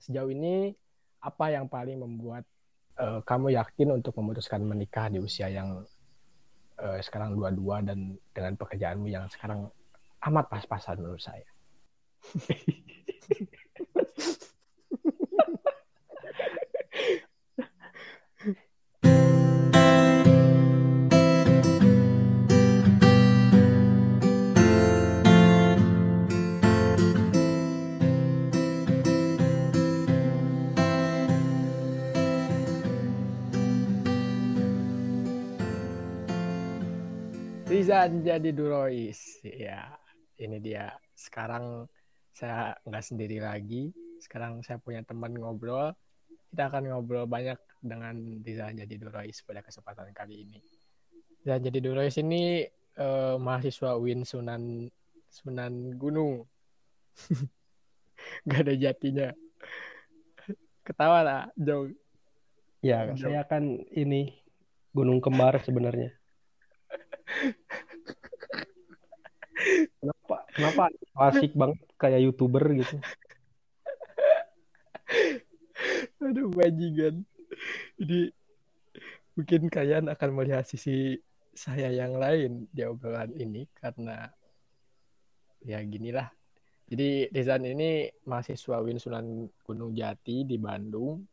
sejauh ini apa yang paling membuat kamu yakin untuk memutuskan menikah di usia yang sekarang 22 dan dengan pekerjaanmu yang sekarang amat pas-pasan menurut saya. Rizan jadi Durois. Ya, ini dia. Sekarang saya nggak sendiri lagi. Sekarang saya punya teman ngobrol. Kita akan ngobrol banyak dengan Rizan jadi Durois pada kesempatan kali ini. Rizan jadi Durois ini mahasiswa UIN Sunan Gunung. Gak ada jatinya. Ketawa lah, Jong. Ya, saya kan ini gunung kembar sebenarnya. Kenapa asik banget kayak YouTuber gitu. Aduh, bajingan. Jadi mungkin kalian akan melihat sisi saya yang lain di obrolan ini karena ya ginilah. Jadi Rizan ini mahasiswa UIN Sunan Gunung Jati di Bandung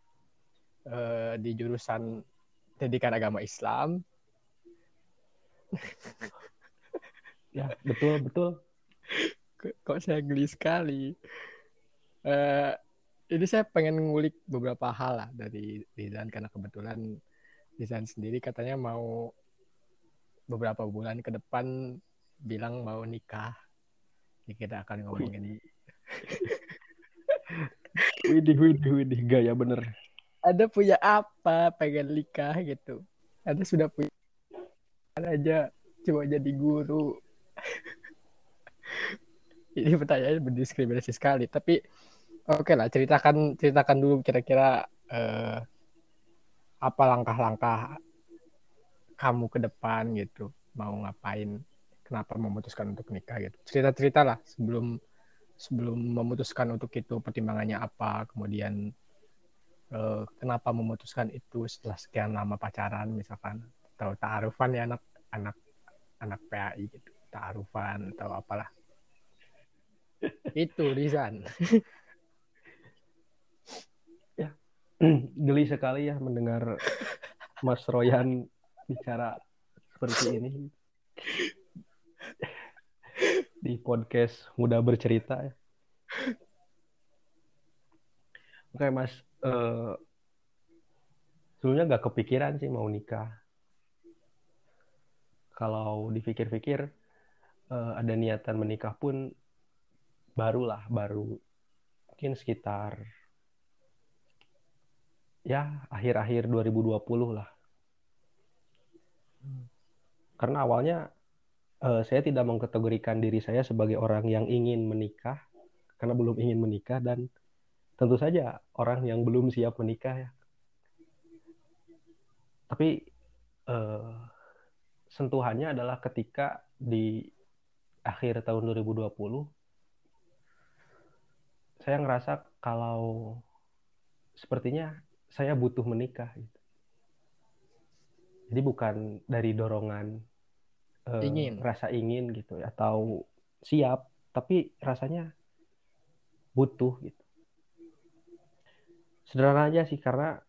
di jurusan Pendidikan Agama Islam. Ya, betul betul. Kok saya geli sekali. Eh, ini saya pengen ngulik beberapa hal lah dari Rizan karena kebetulan Rizan sendiri katanya mau beberapa bulan ke depan bilang mau nikah. Jadi kita akan ngomongin Widih, gaya bener. ada punya apa pengen nikah gitu. Ada sudah punya aja cuma jadi guru. Ini pertanyaannya berdiskriminasi sekali. Tapi oke lah, ceritakan dulu kira-kira apa langkah-langkah kamu ke depan gitu. Mau ngapain? Kenapa memutuskan untuk nikah gitu. Cerita-cerita lah sebelum memutuskan untuk itu, pertimbangannya apa, kemudian kenapa memutuskan itu setelah sekian lama pacaran misalkan, atau ta'arufan ya anak anak PAI gitu, ta'arufan atau apalah. Itu Rizan. Ya, geli sekali ya mendengar Mas Royan bicara seperti ini di podcast Mudah Bercerita ya. Oke Mas, sebelumnya gak kepikiran sih mau nikah. Kalau dipikir-pikir ada niatan menikah pun baru mungkin sekitar ya akhir-akhir 2020 lah. Karena awalnya saya tidak mengkategorikan diri saya sebagai orang yang ingin menikah karena belum ingin menikah, dan tentu saja orang yang belum siap menikah ya. Tapi eh, sentuhannya adalah ketika di akhir tahun 2020 saya ngerasa kalau sepertinya saya butuh menikah gitu. Jadi bukan dari dorongan Ingin. rasa ingin gitu ya, atau siap, tapi rasanya butuh gitu. Sederhana aja sih, karena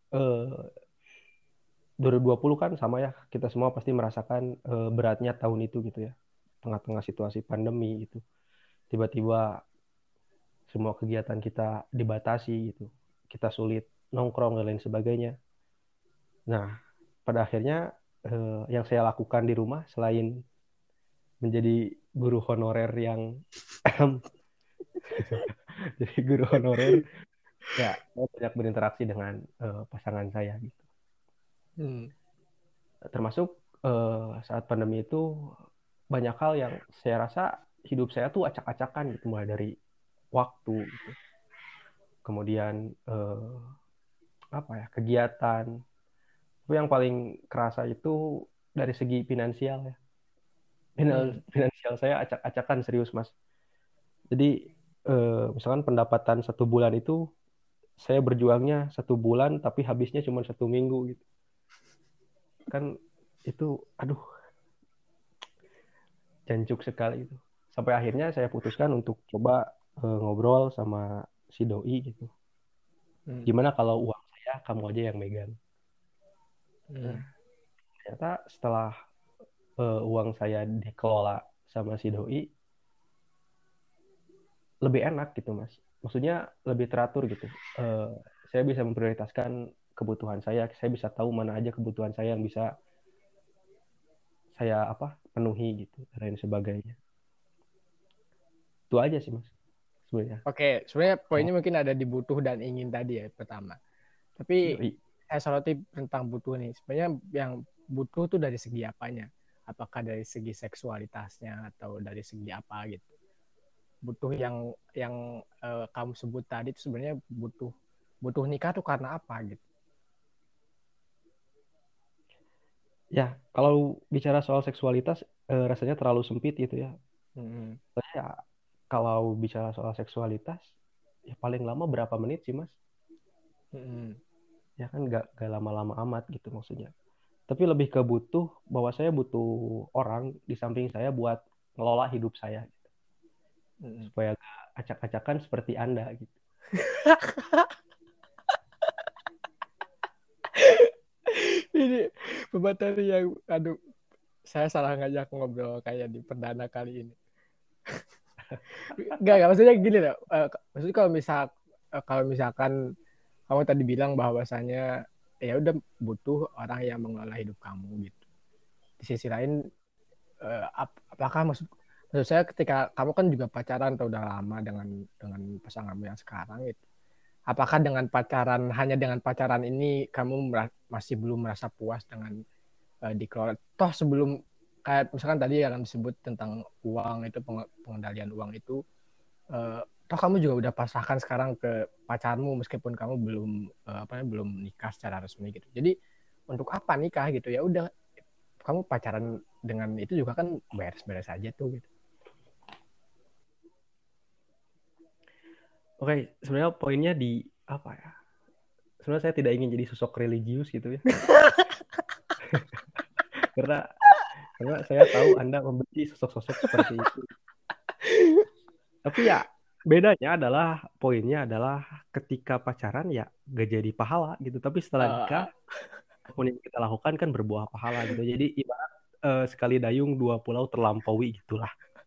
2020 kan sama ya, kita semua pasti merasakan beratnya tahun itu gitu ya, tengah-tengah situasi pandemi gitu, tiba-tiba semua kegiatan kita dibatasi gitu, kita sulit nongkrong dan lain sebagainya. Nah, pada akhirnya yang saya lakukan di rumah selain menjadi guru honorer yang jadi guru honorer, ya saya banyak berinteraksi dengan pasangan saya gitu. Hmm. Termasuk saat pandemi itu banyak hal yang saya rasa hidup saya tuh acak-acakan gitu, mulai dari waktu gitu, kemudian apa ya, kegiatan. Tapi yang paling kerasa itu dari segi finansial ya. Hmm. Finansial saya acak-acakan serius Mas. Jadi misalkan pendapatan 1 bulan itu saya berjuangnya 1 bulan tapi habisnya cuma 1 minggu gitu kan, itu aduh jancuk sekali itu. Sampai akhirnya saya putuskan untuk coba ngobrol sama si doi gitu. Hmm. Gimana kalau uang saya kamu aja yang megang? Nah, Hmm. ternyata setelah uang saya dikelola sama si doi, lebih enak gitu mas. Maksudnya lebih teratur gitu. Eh, saya bisa memprioritaskan kebutuhan saya bisa tahu mana aja kebutuhan saya yang bisa saya penuhi gitu, dan lain sebagainya. Itu aja sih mas sebenarnya. Oke, sebenarnya Kalau poinnya mungkin ada di butuh dan ingin tadi ya pertama. Tapi yoi. saya soroti tentang butuh nih. Sebenarnya yang butuh tuh dari segi apanya? Apakah dari segi seksualitasnya atau dari segi apa gitu? Butuh yang kamu sebut tadi itu sebenarnya butuh butuh nikah tuh karena apa gitu? Ya, kalau bicara soal seksualitas, rasanya terlalu sempit gitu ya. Hmm. Saya kalau bicara soal seksualitas, ya paling lama berapa menit sih mas? Hmm. Ya kan nggak lama-lama amat gitu maksudnya. Tapi lebih ke butuh, bahwa saya butuh orang di samping saya buat ngelola hidup saya gitu. Hmm. Supaya gak acak-acakan seperti Anda gitu. Ini pemateri yang aduh, saya salah ngajak ngobrol kayak di perdana kali ini. Enggak, maksudnya gini loh. Maksudnya kalau misalkan kamu tadi bilang bahwasanya ya udah butuh orang yang mengelola hidup kamu gitu. Di sisi lain, apakah maksud saya ketika kamu kan juga pacaran atau udah lama dengan pasanganmu yang sekarang gitu. Apakah dengan pacaran hanya dengan pacaran ini kamu masih belum merasa puas dengan dikelola? Toh sebelum kayak misalkan tadi yang disebut tentang uang itu pengendalian uang itu, toh kamu juga udah pasrahkan sekarang ke pacarmu meskipun kamu belum nikah secara resmi gitu. Jadi untuk apa nikah gitu? Ya udah kamu pacaran dengan itu juga kan beres-beres aja tuh gitu. Oke, sebenarnya poinnya di apa ya? Sebenarnya saya tidak ingin jadi sosok religius gitu ya. Karena saya tahu Anda membenci sosok-sosok seperti itu. Tapi ya bedanya adalah, poinnya adalah ketika pacaran ya gak jadi pahala gitu. Tapi setelah nikah, Uh, apapun yang kita lakukan kan berbuah pahala gitu. Jadi ibarat sekali dayung dua pulau terlampaui gitulah.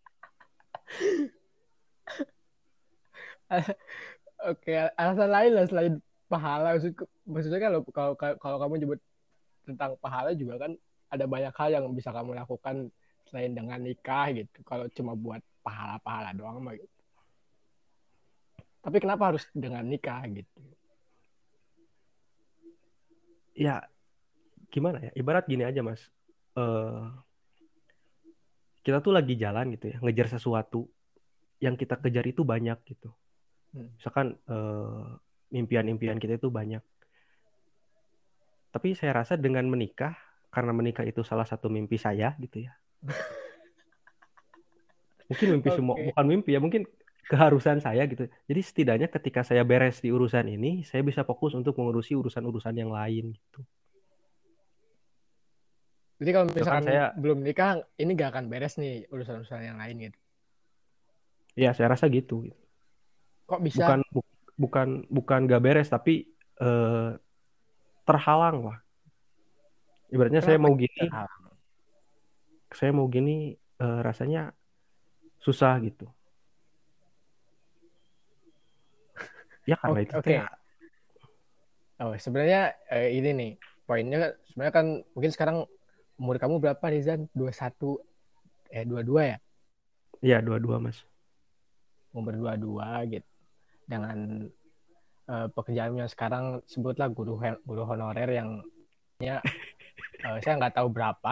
Oke, alasan lain lah selain pahala. Maksudnya kan kalau kamu nyebut tentang pahala juga kan ada banyak hal yang bisa kamu lakukan selain dengan nikah gitu. Kalau cuma buat pahala-pahala doang mah gitu. Tapi kenapa harus dengan nikah gitu? Ya gimana ya? Ibarat gini aja mas. Eh, kita tuh lagi jalan gitu ya, ngejar sesuatu. Yang kita kejar itu banyak gitu. Hmm. Misalkan impian-impian kita itu banyak. Tapi saya rasa dengan menikah, karena menikah itu salah satu mimpi saya gitu ya. Mungkin mimpi semua, Oke. bukan mimpi ya, mungkin keharusan saya gitu. Jadi setidaknya ketika saya beres di urusan ini, saya bisa fokus untuk mengurusi urusan-urusan yang lain gitu. Jadi kalau Misalkan misalkan saya, belum nikah, ini gak akan beres nih urusan-urusan yang lain gitu. ya saya rasa gitu. Kok Bukan bisa? bukan bukan gak beres, tapi eh, terhalang lah. Ibaratnya Kenapa terhalang? saya mau gini rasanya susah gitu. Ya karena Oke, itu teh. oke. Oh, sebenarnya ini nih poinnya sebenarnya kan mungkin sekarang umur kamu berapa Rizan? 21 22 ya? Ya dua-dua mas. Umur 22 gitu. Dengan pekerjaannya sekarang sebutlah guru honorer yang saya nggak tahu berapa.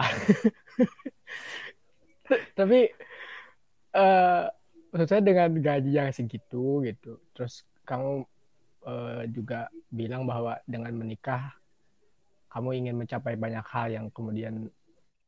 Tapi eh maksud saya dengan gaji yang segitu gitu. Terus kamu juga bilang bahwa dengan menikah kamu ingin mencapai banyak hal yang kemudian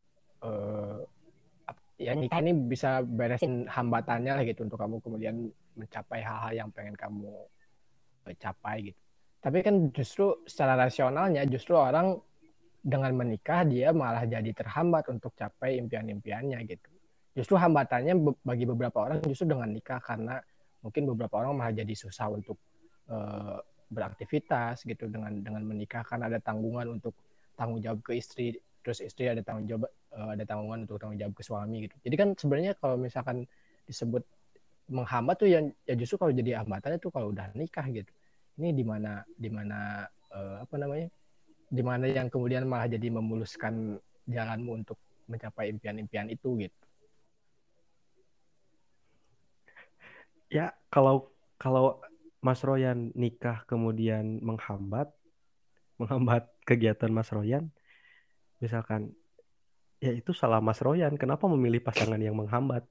eh, ya nikah ini bisa beresin hambatannya lah gitu untuk kamu kemudian mencapai hal-hal yang pengen kamu capai gitu. Tapi kan justru secara rasionalnya justru orang dengan menikah dia malah jadi terhambat untuk capai impian-impiannya gitu. Justru hambatannya bagi beberapa orang justru dengan nikah, karena mungkin beberapa orang malah jadi susah untuk beraktivitas gitu dengan menikah, karena ada tanggungan untuk tanggung jawab ke istri, terus istri ada tanggungan untuk tanggung jawab ke suami gitu. Jadi kan sebenarnya kalau misalkan disebut menghambat tuh ya justru kalau jadi hambatannya tuh kalau udah nikah gitu. Ini di mana apa namanya? Di mana yang kemudian malah jadi memuluskan jalanmu untuk mencapai impian-impian itu gitu. Ya, kalau kalau Mas Royan nikah kemudian menghambat kegiatan Mas Royan, misalkan, ya itu salah Mas Royan. Kenapa memilih pasangan yang menghambat?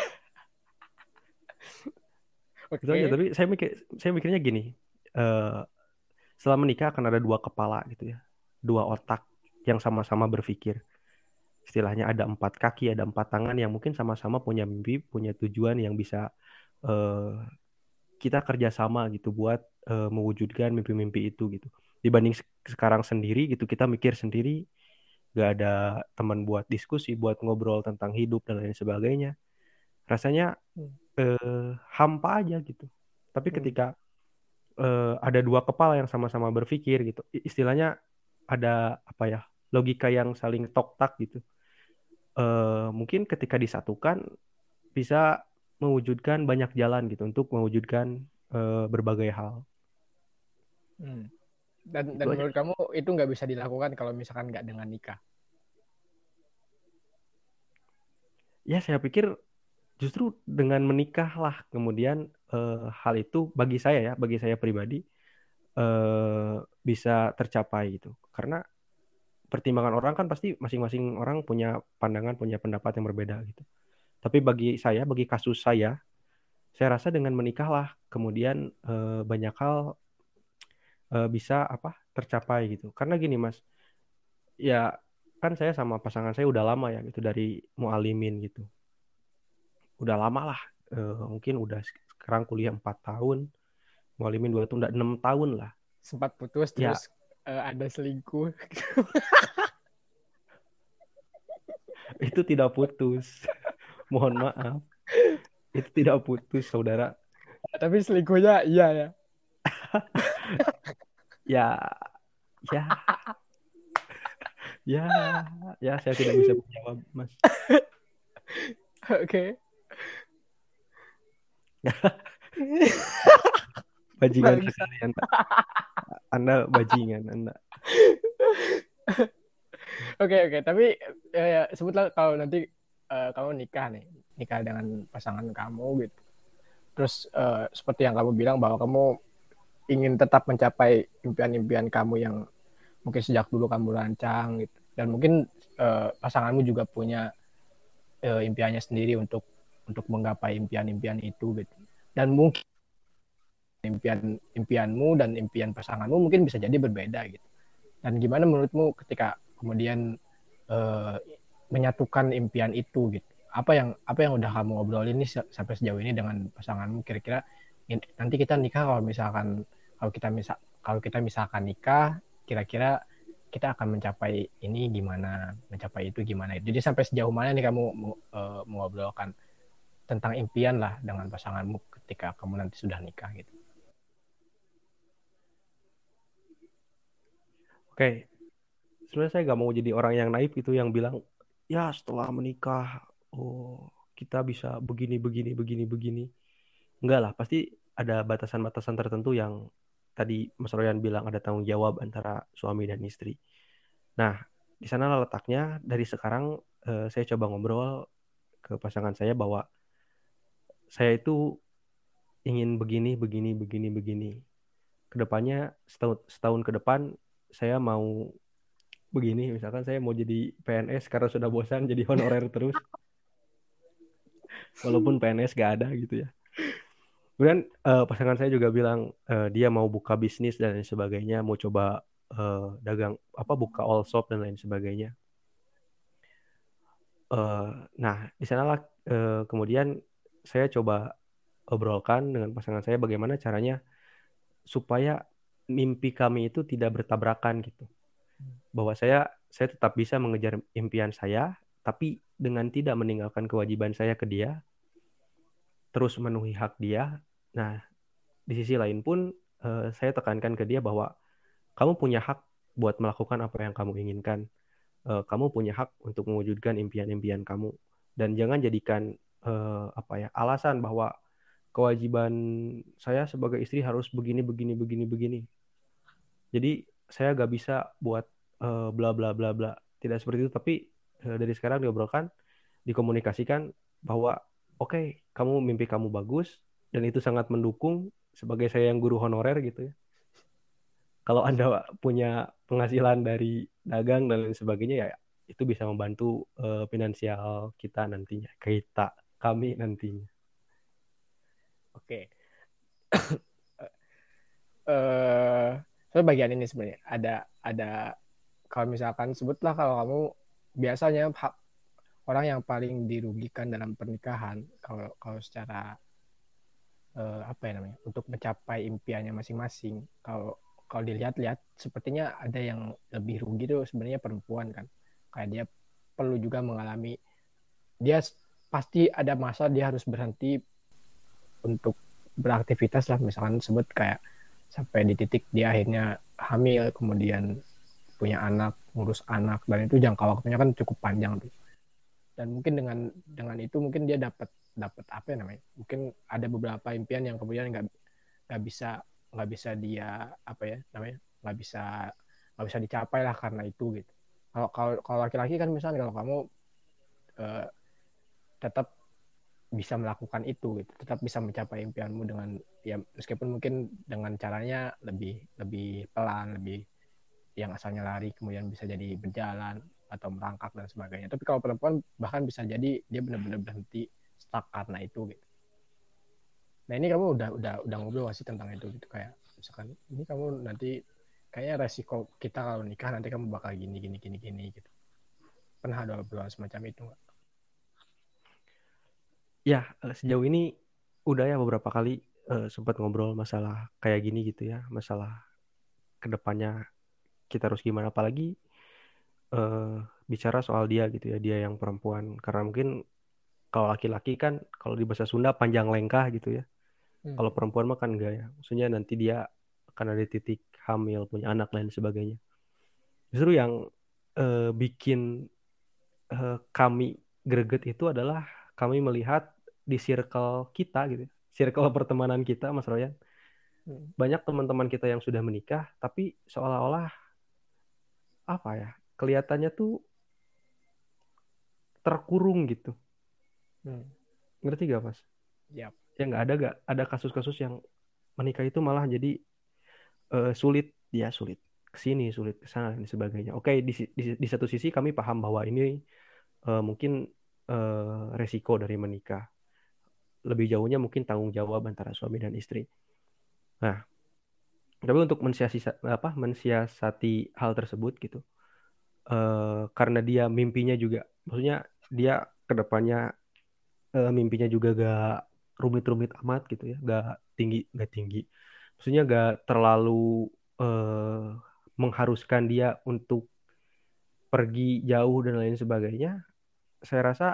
Itu aja. Oke. Tapi saya mikirnya gini, eh, setelah menikah akan ada dua kepala gitu ya, dua otak yang sama-sama berpikir. Istilahnya ada empat kaki, ada empat tangan yang mungkin sama-sama punya mimpi, punya tujuan yang bisa eh, kita kerjasama gitu buat mewujudkan mimpi-mimpi itu gitu. Dibanding sekarang sendiri gitu, kita mikir sendiri, gak ada teman buat diskusi, buat ngobrol tentang hidup dan lain sebagainya. Rasanya hampa aja gitu. Tapi ketika ada dua kepala yang sama-sama berpikir gitu, istilahnya ada apa ya, logika yang saling tok-tak gitu. Mungkin ketika disatukan bisa mewujudkan banyak jalan gitu untuk mewujudkan berbagai hal. Dan Itu aja. menurut kamu itu nggak bisa dilakukan kalau misalkan nggak dengan nikah? Ya saya pikir justru dengan menikah lah kemudian hal itu bagi saya pribadi eh, bisa tercapai gitu. Karena pertimbangan orang kan pasti masing-masing orang punya pandangan, punya pendapat yang berbeda gitu. Tapi bagi kasus saya rasa dengan menikah lah kemudian banyak hal bisa apa tercapai gitu. Karena gini Mas, ya kan saya sama pasangan saya udah lama ya gitu dari mualimin gitu. Udah lama lah, mungkin udah sekarang kuliah 4 tahun, mualimin 2 tahun, udah 6 tahun lah. Sempat putus Ya, terus ada selingkuh. itu tidak putus. Mohon maaf, itu tidak putus, saudara. Tapi selingkuhnya iya ya. Ya, ya, ya, ya, saya tidak bisa menjawab, Mas. Oke. Bajingan Bangsa. sekali Anda bajingan, Anda. Oke, tapi sebutlah kalau nanti kamu nikah dengan pasangan kamu gitu. Terus seperti yang kamu bilang bahwa kamu ingin tetap mencapai impian-impian kamu yang mungkin sejak dulu kamu rancang gitu. Dan mungkin pasanganmu juga punya impiannya sendiri untuk menggapai impian-impian itu gitu. Dan mungkin impianmu dan impian pasanganmu mungkin bisa jadi berbeda gitu. Dan gimana menurutmu ketika kemudian uh, menyatukan impian itu gitu? Apa yang udah kamu obrolin nih sampai sejauh ini dengan pasanganmu, kira-kira nanti kita nikah kalau kita misalkan nikah, kira-kira kita akan mencapai ini gimana, mencapai itu gimana. Jadi sampai sejauh mana nih kamu mengobrolkan tentang impian lah dengan pasanganmu ketika kamu nanti sudah nikah gitu. Oke, sebenarnya saya nggak mau jadi orang yang naif gitu yang bilang, ya setelah menikah, oh kita bisa begini, begini, begini, begini. Enggak lah, pasti ada batasan-batasan tertentu yang tadi Mas Royan bilang ada tanggung jawab antara suami dan istri. Nah, di sana letaknya dari sekarang saya coba ngobrol ke pasangan saya bahwa saya itu ingin begini, begini, begini, begini. Kedepannya setahun ke depan saya mau begini, misalkan saya mau jadi PNS karena sudah bosan jadi honorer terus, walaupun PNS gak ada gitu ya. Kemudian pasangan saya juga bilang dia mau buka bisnis dan lain sebagainya, mau coba dagang apa buka all shop dan lain sebagainya. Nah, di sanalah kemudian saya coba obrolkan dengan pasangan saya bagaimana caranya supaya mimpi kami itu tidak bertabrakan gitu. Bahwa saya tetap bisa mengejar impian saya, tapi dengan tidak meninggalkan kewajiban saya ke dia, terus memenuhi hak dia. Nah, di sisi lain pun saya tekankan ke dia bahwa kamu punya hak buat melakukan apa yang kamu inginkan. Kamu punya hak untuk mewujudkan impian-impian kamu dan jangan jadikan alasan bahwa kewajiban saya sebagai istri harus begini begini begini begini. Jadi saya gak bisa buat bla bla bla bla. Tidak seperti itu, tapi dari sekarang diobrolkan, dikomunikasikan bahwa oke, kamu mimpi kamu bagus dan itu sangat mendukung sebagai saya yang guru honorer gitu ya. Kalau Anda punya penghasilan dari dagang dan lain sebagainya ya itu bisa membantu finansial kita nantinya, kami nantinya. Oke. Soal bagian ini sebenarnya ada kalau misalkan sebutlah kalau kamu biasanya orang yang paling dirugikan dalam pernikahan kalau kalau secara apa ya namanya untuk mencapai impiannya masing-masing kalau kalau dilihat-lihat sepertinya ada yang lebih rugi tuh sebenarnya perempuan kan kayak dia perlu juga mengalami dia pasti ada masa dia harus berhenti untuk beraktivitas lah misalkan sebut kayak sampai di titik dia akhirnya hamil kemudian punya anak ngurus anak dan itu jangka waktunya kan cukup panjang tuh dan mungkin dengan itu mungkin dia dapat dapat apa ya namanya mungkin ada beberapa impian yang kemudian nggak bisa dia apa ya namanya nggak bisa dicapai lah karena itu gitu kalau kalau laki-laki kan misalnya kalau kamu eh, tetap bisa melakukan itu gitu tetap bisa mencapai impianmu dengan ya meskipun mungkin dengan caranya lebih lebih pelan lebih yang asalnya lari kemudian bisa jadi berjalan atau merangkak dan sebagainya tapi kalau perempuan bahkan bisa jadi dia benar-benar berhenti stuck karena itu gitu nah ini kamu udah ngobrol gak sih tentang itu gitu kayak misalkan ini kamu nanti kayaknya resiko kita kalau nikah nanti kamu bakal gini gitu pernah ada obrolan semacam itu nggak? Ya, sejauh ini udah ya beberapa kali sempat ngobrol masalah kayak gini gitu ya, masalah kedepannya kita harus gimana, apalagi eh, bicara soal dia gitu ya, dia yang perempuan. Karena mungkin kalau laki-laki kan, kalau di bahasa Sunda panjang lengkah gitu ya. Kalau perempuan mah kan enggak ya. Maksudnya nanti dia akan ada titik hamil, punya anak dan sebagainya. Justru yang bikin kami greget itu adalah kami melihat di circle kita gitu, ya. Circle pertemanan kita, Mas Royan. Banyak teman-teman kita yang sudah menikah, tapi seolah-olah apa ya, kelihatannya tuh terkurung gitu. Ngerti gak, Mas? Yap. Ya nggak ada gak ada kasus-kasus yang menikah itu malah jadi sulit, ya sulit kesini, sulit kesana dan sebagainya. Oke, di satu sisi kami paham bahwa ini mungkin resiko dari menikah. Lebih jauhnya mungkin tanggung jawab antara suami dan istri. Nah, tapi untuk mensiasati hal tersebut gitu, karena dia mimpinya juga, maksudnya dia kedepannya mimpinya juga gak rumit-rumit amat gitu ya, gak tinggi, maksudnya gak terlalu eh, mengharuskan dia untuk pergi jauh dan lain sebagainya. Saya rasa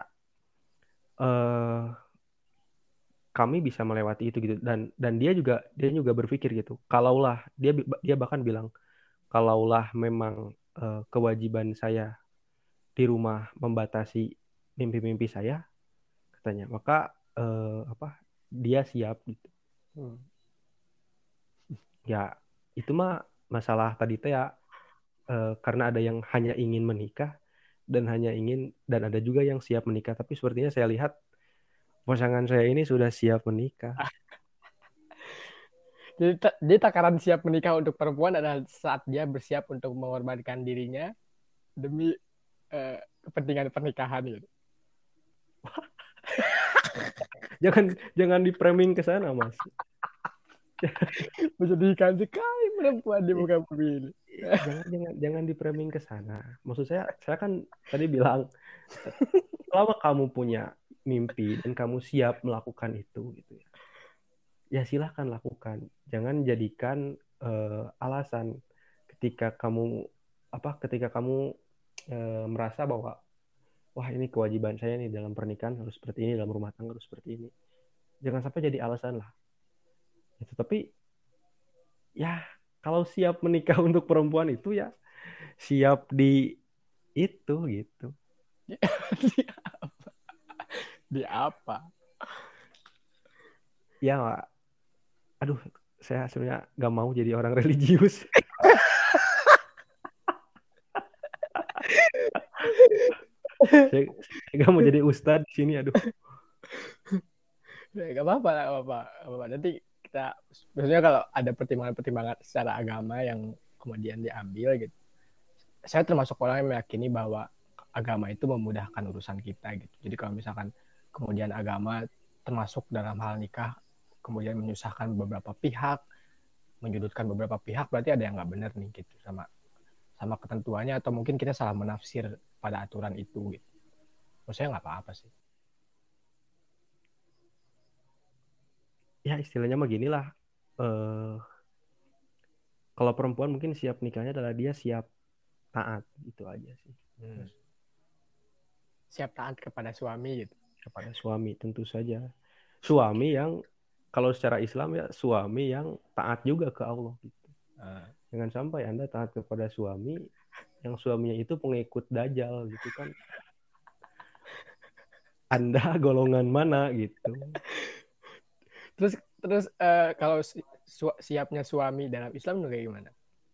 eh, kami bisa melewati itu gitu, dan dia juga berpikir gitu. Kalaulah dia bahkan bilang, kalaulah memang kewajiban saya di rumah membatasi mimpi-mimpi saya, katanya, maka apa dia siap gitu. Ya itu mah masalah tadi teh ya, karena ada yang hanya ingin menikah dan ada juga yang siap menikah, tapi sepertinya saya lihat pasangan saya ini sudah siap menikah. Jadi takaran siap menikah untuk perempuan adalah saat dia bersiap untuk mengorbankan dirinya demi kepentingan pernikahan gitu. Jangan jangan di framing ke sana, Mas. Menjadikan sekali perempuan di muka bumi ini. Jangan jangan jangan di framing ke sana. Maksud saya kan tadi bilang, selama kamu punya mimpi dan kamu siap melakukan itu gitu ya. ya silahkan lakukan. Jangan jadikan alasan ketika kamu merasa bahwa wah ini kewajiban saya nih dalam pernikahan harus seperti ini, dalam rumah tangga harus seperti ini. Jangan sampai jadi alasan lah. Itu tapi ya kalau siap menikah untuk perempuan itu ya siap di itu gitu. Di, di apa? Ya aduh saya sebenarnya nggak mau jadi orang religius. saya nggak mau jadi ustadz di sini aduh. Ya, gak apa-apa lah, gak apa-apa. Gak apa-apa. Nanti kita, maksudnya kalau ada pertimbangan-pertimbangan secara agama yang kemudian diambil gitu. Saya termasuk orang yang meyakini bahwa agama itu memudahkan urusan kita gitu. Jadi kalau misalkan kemudian agama termasuk dalam hal nikah, kemudian menyusahkan beberapa pihak, menyudutkan beberapa pihak, berarti ada yang nggak benar nih gitu sama sama ketentuannya, atau mungkin kita salah menafsir pada aturan itu gitu. Menurut saya nggak apa-apa sih. Ya istilahnya mah gini lah. Eh, kalau perempuan mungkin siap nikahnya adalah dia siap taat gitu aja sih. Hmm. Siap taat kepada suami gitu. Kepada suami tentu saja. Suami yang kalau secara Islam ya suami yang taat juga ke Allah gitu. Jangan sampai Anda taat kepada suami yang suaminya itu pengikut dajjal gitu kan. Anda golongan mana gitu. Terus terus kalau siapnya suami dalam Islam tuh kayak gimana?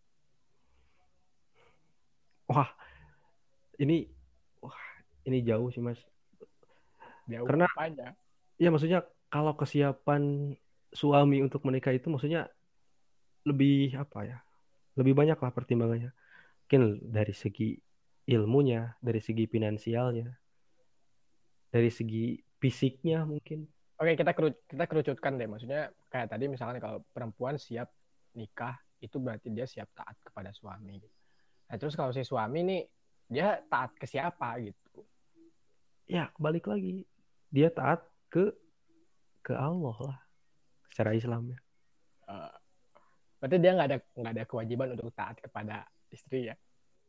Wah, ini wah, ini jauh sih Mas. Jauh Karena apanya? ya maksudnya kalau kesiapan suami untuk menikah itu maksudnya lebih apa ya? Lebih banyak lah pertimbangannya. Mungkin dari segi ilmunya, dari segi finansialnya, dari segi fisiknya mungkin. Oke, kita kerucutkan deh. Maksudnya kayak tadi misalkan kalau perempuan siap nikah, itu berarti dia siap taat kepada suami. Nah, terus kalau si suami nih, dia taat ke siapa gitu? Ya, balik lagi. Dia taat ke Allah lah secara Islam ya. Uh, Berarti dia nggak ada kewajiban untuk taat kepada istri ya?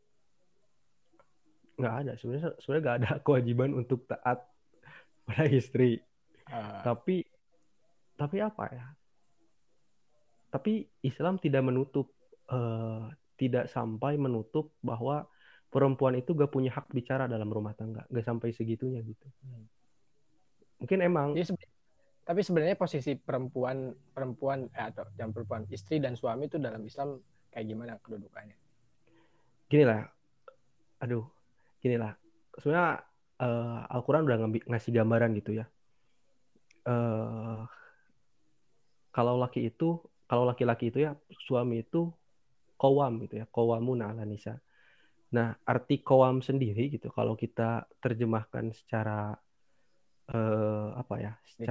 Nggak ada. Sebenarnya nggak ada kewajiban untuk taat pada istri. Uh, Tapi apa ya? Tapi Islam tidak menutup, tidak sampai menutup bahwa perempuan itu gak punya hak bicara dalam rumah tangga. Gak sampai segitunya gitu. Mungkin emang, Jadi tapi sebenarnya posisi perempuan perempuan atau yang perempuan istri dan suami itu dalam Islam kayak gimana kedudukannya? gini lah, aduh, gini lah. Sebenarnya Al-Quran udah ngasih gambaran gitu ya. Uh, kalau laki-laki itu ya, suami itu qawam gitu ya, qawamun ala nisa. Nah, arti qawam sendiri gitu, kalau kita terjemahkan secara apa ya,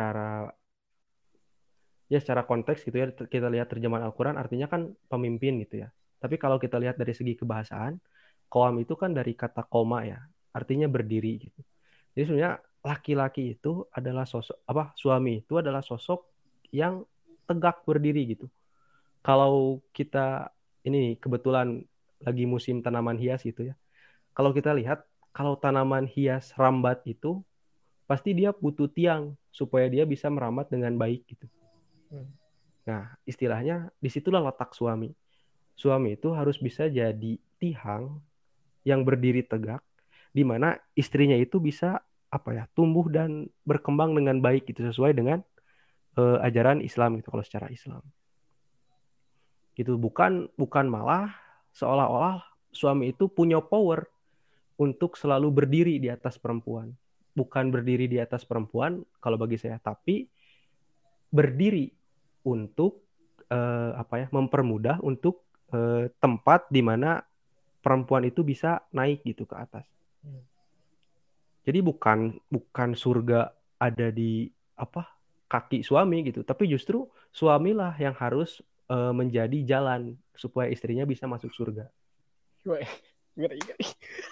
secara konteks gitu ya, kita lihat terjemahan Al-Quran artinya kan pemimpin gitu ya. Tapi kalau kita lihat dari segi kebahasaan, qawam itu kan dari kata koma ya, artinya berdiri gitu. Jadi sebenarnya laki-laki itu adalah sosok suami itu adalah sosok yang tegak berdiri gitu. Kalau kita ini kebetulan lagi musim tanaman hias gitu ya. Kalau kita lihat kalau tanaman hias rambat itu pasti dia butuh tiang supaya dia bisa merambat dengan baik gitu. Nah, istilahnya disitulah letak suami. Suami itu harus bisa jadi tiang yang berdiri tegak, di mana istrinya itu bisa tumbuh dan berkembang dengan baik gitu sesuai dengan ajaran Islam gitu kalau secara Islam. Gitu bukan malah seolah-olah suami itu punya power untuk selalu berdiri di atas perempuan. Bukan berdiri di atas perempuan kalau bagi saya, tapi berdiri untuk mempermudah untuk tempat di mana perempuan itu bisa naik gitu ke atas. Jadi bukan surga ada di kaki suami gitu, tapi justru suamilah yang harus menjadi jalan supaya istrinya bisa masuk surga. Ngeri, ngeri.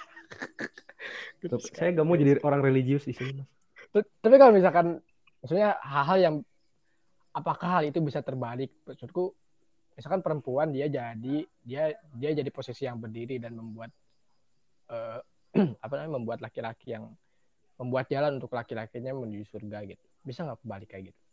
Saya gak mau jadi orang religius di sini, Mas. Tapi kalau misalkan maksudnya hal-hal yang apakah hal itu bisa terbalik? Maksudku, misalkan perempuan dia jadi posisi yang berdiri dan membuat uh, membuat laki-laki yang membuat jalan untuk laki-lakinya menuju surga gitu. Bisa nggak kebalik kayak gitu?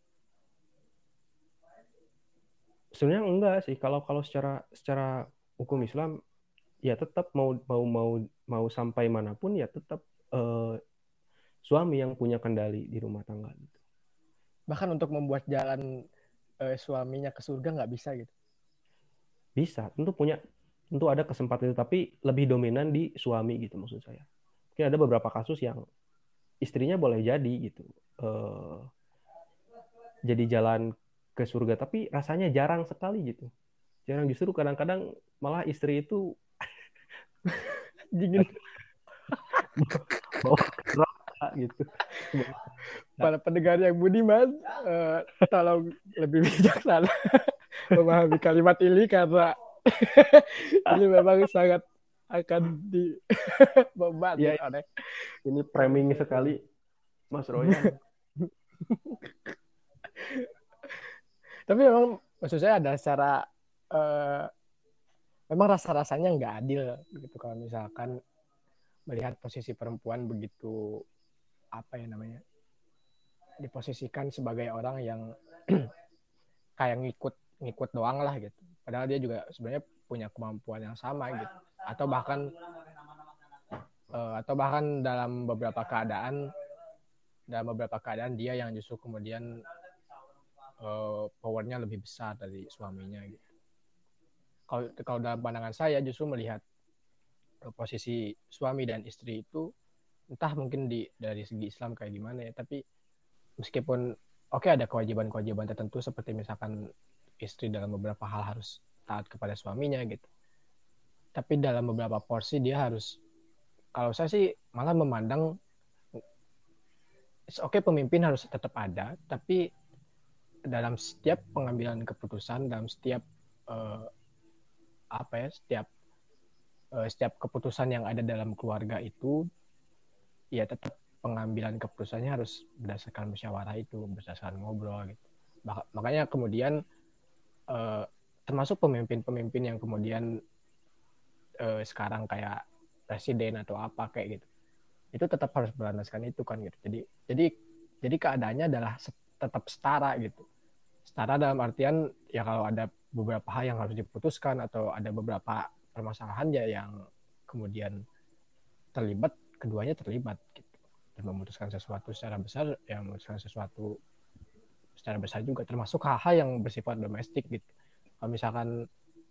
Sebenarnya enggak sih, kalau kalau secara secara hukum Islam ya tetap mau mau mau mau sampai manapun ya tetap eh, suami yang punya kendali di rumah tangga gitu. Bahkan untuk membuat jalan suaminya ke surga nggak bisa gitu. Bisa, tentu ada kesempatan itu, tapi lebih dominan di suami gitu maksud saya. Mungkin ada beberapa kasus yang istrinya boleh jadi gitu, eh, jadi jalan ke surga, tapi rasanya jarang sekali gitu. Jarang, justru kadang-kadang malah istri itu Dingin. bawa ke neraka gitu. Para pendengar yang budiman, tolong lebih bijaksana memahami kalimat ini karena ini memang sangat akan Ya, dibebankan oleh. ini framing sekali Mas Royan. Tapi memang maksud saya ada secara uh, memang rasa-rasanya nggak adil gitu kalau misalkan melihat posisi perempuan begitu apa ya namanya diposisikan sebagai orang yang kayak ngikut doang lah gitu. Padahal dia juga sebenarnya punya kemampuan yang sama gitu. Atau bahkan dalam beberapa keadaan dia yang justru kemudian powernya lebih besar dari suaminya gitu. Kalau dalam pandangan saya justru melihat posisi suami dan istri itu entah mungkin dari segi Islam kayak gimana ya, tapi meskipun oke ada kewajiban-kewajiban tertentu seperti misalkan istri dalam beberapa hal harus taat kepada suaminya gitu. Tapi dalam beberapa porsi dia harus, kalau saya sih malah memandang oke pemimpin harus tetap ada, tapi dalam setiap pengambilan keputusan, dalam setiap uh, apa ya, setiap keputusan yang ada dalam keluarga itu ya tetap pengambilan keputusannya harus berdasarkan musyawarah itu, berdasarkan ngobrol gitu. Makanya kemudian termasuk pemimpin-pemimpin yang kemudian sekarang kayak presiden atau apa kayak gitu, itu tetap harus berlandaskan itu kan gitu. Jadi keadaannya adalah tetap setara gitu. Setara dalam artian ya kalau ada beberapa hal yang harus diputuskan atau ada beberapa permasalahan ya yang kemudian terlibat, keduanya terlibat gitu. Dan memutuskan sesuatu secara besar, yang memutuskan sesuatu secara besar juga, termasuk hal-hal yang bersifat domestik gitu. Kalau misalkan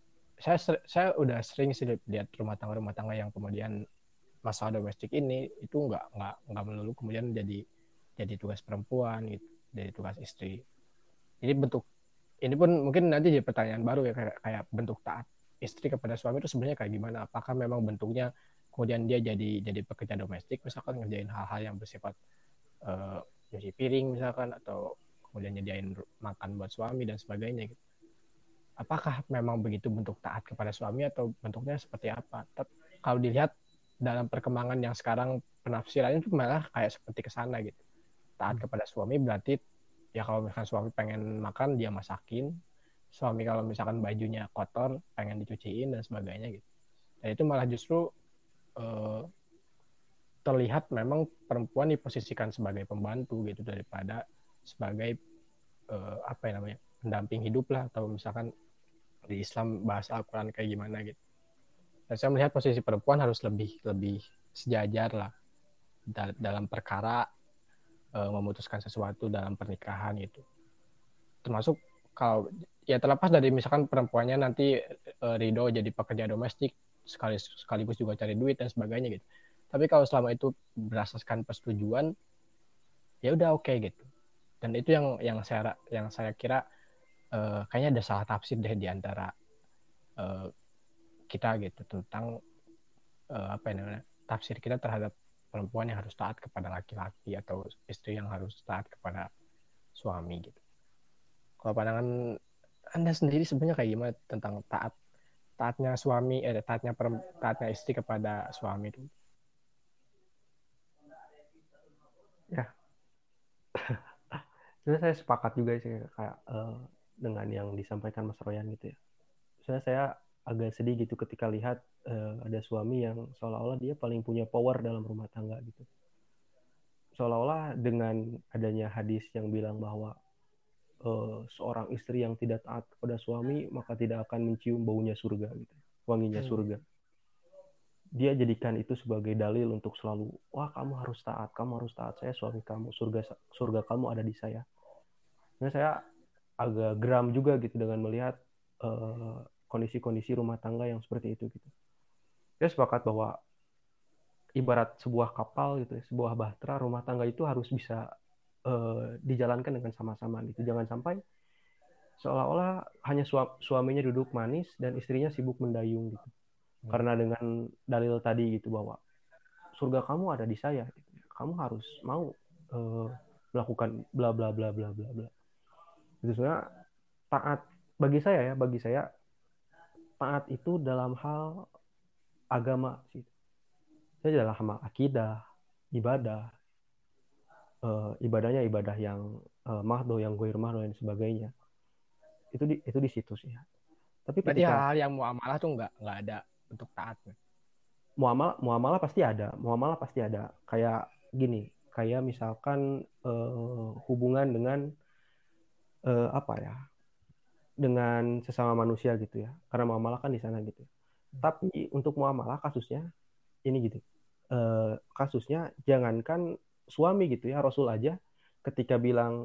saya udah sering sih lihat rumah tangga yang kemudian masalah domestik ini itu nggak melulu kemudian jadi tugas perempuan gitu, jadi tugas istri. Jadi ini pun mungkin nanti jadi pertanyaan baru ya, kayak bentuk taat istri kepada suami itu sebenarnya kayak gimana? Apakah memang bentuknya kemudian dia jadi pekerja domestik, misalkan ngerjain hal-hal yang bersifat nyuci piring misalkan, atau kemudian nyediain makan buat suami dan sebagainya gitu. Apakah memang begitu bentuk taat kepada suami atau bentuknya seperti apa? Tapi kalau dilihat dalam perkembangan yang sekarang penafsirannya itu malah kayak seperti ke sana gitu. Taat kepada suami berarti ya kalau misalkan suami pengen makan dia masakin, suami kalau misalkan bajunya kotor pengen dicuciin dan sebagainya gitu. Dan itu malah justru eh, terlihat memang perempuan diposisikan sebagai pembantu gitu daripada sebagai apa ya namanya pendamping hidup lah, atau misalkan di Islam bahasa Al-Quran kayak gimana gitu. Dan saya melihat posisi perempuan harus lebih sejajar lah dalam perkara memutuskan sesuatu dalam pernikahan gitu. Termasuk kalau ya terlepas dari misalkan perempuannya nanti ridho jadi pekerja domestik sekaligus juga cari duit dan sebagainya gitu. Tapi kalau selama itu berdasarkan persetujuan ya udah oke gitu. Dan itu yang saya kira kayaknya ada salah tafsir deh di antara kita gitu tentang apa ya namanya tafsir kita terhadap perempuan yang harus taat kepada laki-laki atau istri yang harus taat kepada suami gitu. Kalau pandangan Anda sendiri sebenarnya kayak gimana tentang taatnya istri kepada suami itu? Ya, Sebenarnya saya sepakat juga sih kayak dengan yang disampaikan Mas Royan gitu ya. Sebenarnya saya agak sedih gitu ketika lihat ada suami yang seolah-olah dia paling punya power dalam rumah tangga gitu. Seolah-olah dengan adanya hadis yang bilang bahwa seorang istri yang tidak taat kepada suami maka tidak akan mencium baunya surga gitu, wanginya surga. Dia jadikan itu sebagai dalil untuk selalu, wah kamu harus taat, saya suami kamu, surga kamu ada di saya. Nah, saya agak geram juga gitu dengan melihat kondisi-kondisi rumah tangga yang seperti itu gitu. Saya sepakat bahwa ibarat sebuah kapal gitu, sebuah bahtera rumah tangga itu harus bisa dijalankan dengan sama-sama gitu. Jangan sampai seolah-olah hanya suaminya duduk manis dan istrinya sibuk mendayung gitu. Karena dengan dalil tadi gitu bahwa surga kamu ada di saya, gitu. Kamu harus mau melakukan bla bla bla bla bla bla. Itu sebenarnya taat bagi saya taat itu dalam hal agama sih. Saya dalam hal akidah, ibadah, ibadahnya ibadah yang mahdo, yang goir mahdo dan sebagainya. Itu di situ sih. Tapi Berarti ketika hal-hal yang muamalah tuh nggak ada untuk taat. muamalah pasti ada. Kayak gini, kayak misalkan hubungan dengan apa ya? Dengan sesama manusia gitu ya. Karena muamalah kan di sana gitu. Tapi untuk muamalah kasusnya ini gitu. Kasusnya jangankan suami gitu ya, Rasul aja ketika bilang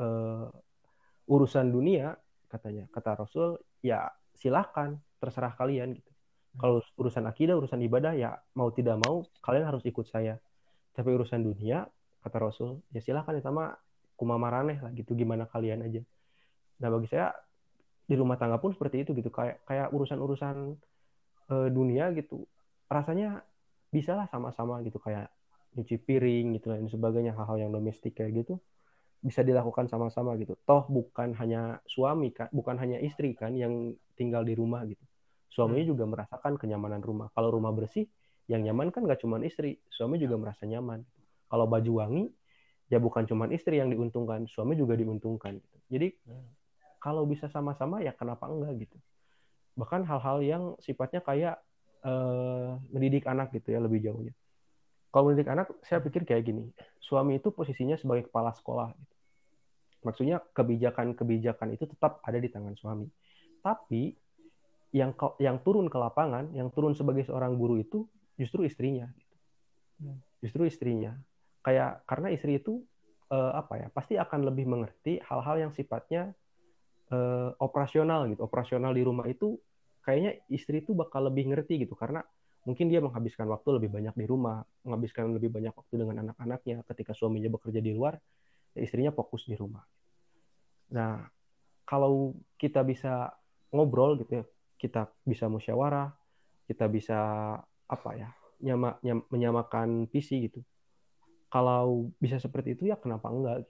urusan dunia katanya, kata Rasul ya silahkan terserah kalian gitu. Kalau urusan akidah, urusan ibadah ya mau tidak mau kalian harus ikut saya. Tapi urusan dunia kata Rasul ya silahkan ya sama kumamaraneh lah gitu, gimana kalian aja. Nah bagi saya di rumah tangga pun seperti itu gitu, kayak urusan-urusan dunia gitu rasanya bisalah sama-sama gitu, kayak nyuci piring gitu dan sebagainya, hal-hal yang domestik kayak gitu bisa dilakukan sama-sama gitu. Toh bukan hanya suami kan, bukan hanya istri kan yang tinggal di rumah gitu. Suaminya juga merasakan kenyamanan rumah. Kalau rumah bersih, yang nyaman kan gak cuma istri, suami juga merasa nyaman. Kalau baju wangi, ya bukan cuma istri yang diuntungkan, suami juga diuntungkan. Gitu. Jadi kalau bisa sama-sama ya kenapa enggak gitu. Bahkan hal-hal yang sifatnya kayak mendidik anak gitu ya lebih jauhnya. Kalau mendidik anak, saya pikir kayak gini, suami itu posisinya sebagai kepala sekolah. Gitu. Maksudnya kebijakan-kebijakan itu tetap ada di tangan suami. Tapi yang turun ke lapangan, yang turun sebagai seorang guru itu justru istrinya. Justru istrinya. Karena istri itu apa ya? Pasti akan lebih mengerti hal-hal yang sifatnya operasional gitu. Operasional di rumah itu kayaknya istri itu bakal lebih ngerti gitu karena mungkin dia menghabiskan waktu lebih banyak di rumah, menghabiskan lebih banyak waktu dengan anak-anaknya. Ketika suaminya bekerja di luar, ya istrinya fokus di rumah. Nah, kalau kita bisa ngobrol gitu ya, kita bisa musyawarah, kita bisa apa ya, menyamakan visi gitu. Kalau bisa seperti itu ya kenapa enggak?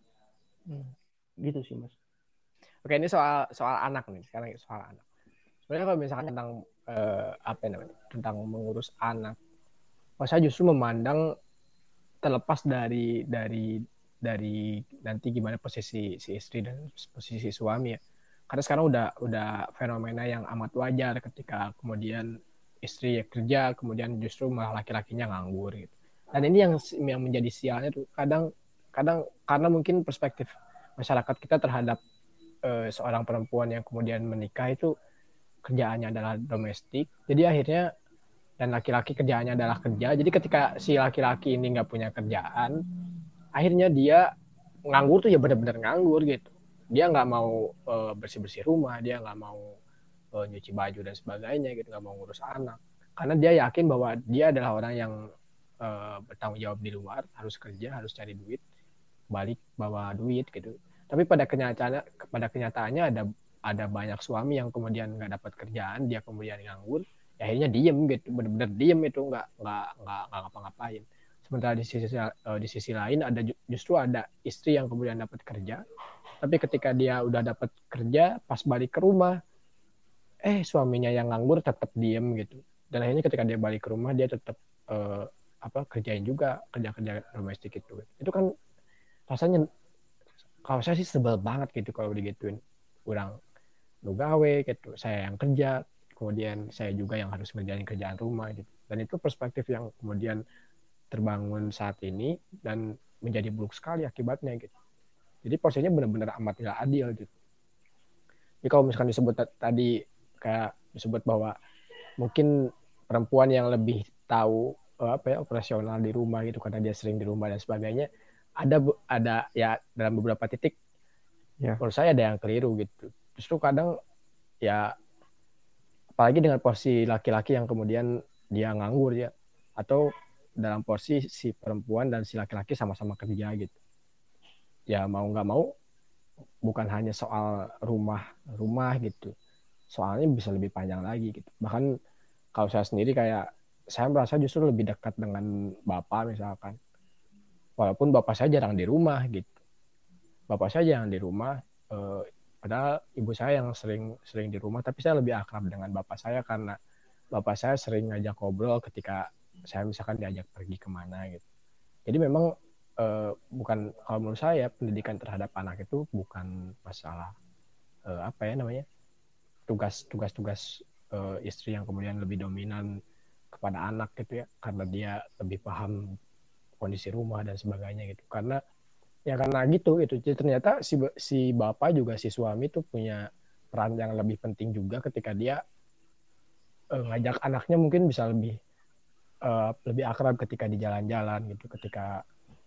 Gitu sih Mas. Oke, ini soal anak nih. Sekarang soal anak. Sebenarnya kalau misalkan tentang apa namanya, tentang mengurus anak, saya justru memandang terlepas dari nanti gimana posisi si istri dan posisi suami ya. Karena sekarang udah fenomena yang amat wajar ketika kemudian istri ya kerja, kemudian justru malah laki-lakinya nganggur gitu. Dan ini yang menjadi sialnya tuh kadang karena mungkin perspektif masyarakat kita terhadap seorang perempuan yang kemudian menikah itu kerjaannya adalah domestik. Jadi akhirnya dan laki-laki kerjaannya adalah kerja. Jadi ketika si laki-laki ini nggak punya kerjaan, akhirnya dia nganggur tuh ya benar-benar nganggur gitu. Dia nggak mau bersih-bersih rumah, dia nggak mau nyuci baju dan sebagainya gitu, nggak mau ngurus anak. Karena dia yakin bahwa dia adalah orang yang bertanggung jawab di luar, harus kerja, harus cari duit, balik bawa duit gitu. Tapi pada kenyataannya ada banyak suami yang kemudian nggak dapat kerjaan, dia kemudian nganggur, ya akhirnya diem gitu, benar-benar diem itu nggak ngapa-ngapain. Sementara di sisi lain justru ada istri yang kemudian dapat kerja, tapi ketika dia udah dapat kerja, pas balik ke rumah, suaminya yang nganggur tetap diem gitu. Dan akhirnya ketika dia balik ke rumah dia tetap kerjain juga kerja domestik itu. Itu kan rasanya Kalau saya sih sebel banget gitu kalau digituin. Kurang lu gawe gitu, saya yang kerja, kemudian saya juga yang harus ngerjain kerjaan rumah gitu. Dan itu perspektif yang kemudian terbangun saat ini dan menjadi buruk sekali akibatnya gitu. Jadi posisinya benar-benar amat tidak adil gitu. Jadi kalau misalkan disebut tadi kayak disebut bahwa mungkin perempuan yang lebih tahu apa ya operasional di rumah gitu karena dia sering di rumah dan sebagainya, ada ya dalam beberapa titik Ya, menurut saya ada yang keliru gitu. Justru kadang ya apalagi dengan posisi laki-laki yang kemudian dia nganggur ya atau dalam posisi si perempuan dan si laki-laki sama-sama kerja gitu. Ya mau nggak mau bukan hanya soal rumah gitu. Soalnya bisa lebih panjang lagi gitu. Bahkan kalau saya sendiri kayak saya merasa justru lebih dekat dengan bapak misalkan. Walaupun bapak saya jarang di rumah gitu. Bapak saya jarang di rumah. Eh, Padahal ibu saya yang sering di rumah. Tapi saya lebih akrab dengan bapak saya karena bapak saya sering ngajak ngobrol ketika saya misalkan diajak pergi kemana gitu. Jadi memang bukan kalau menurut saya pendidikan terhadap anak itu bukan masalah apa ya namanya tugas-tugas istri yang kemudian lebih dominan kepada anak gitu ya karena dia lebih paham kondisi rumah dan sebagainya gitu karena gitu jadi ternyata si bapak juga si suami itu punya peran yang lebih penting juga ketika dia ngajak anaknya mungkin bisa lebih akrab ketika di jalan-jalan gitu ketika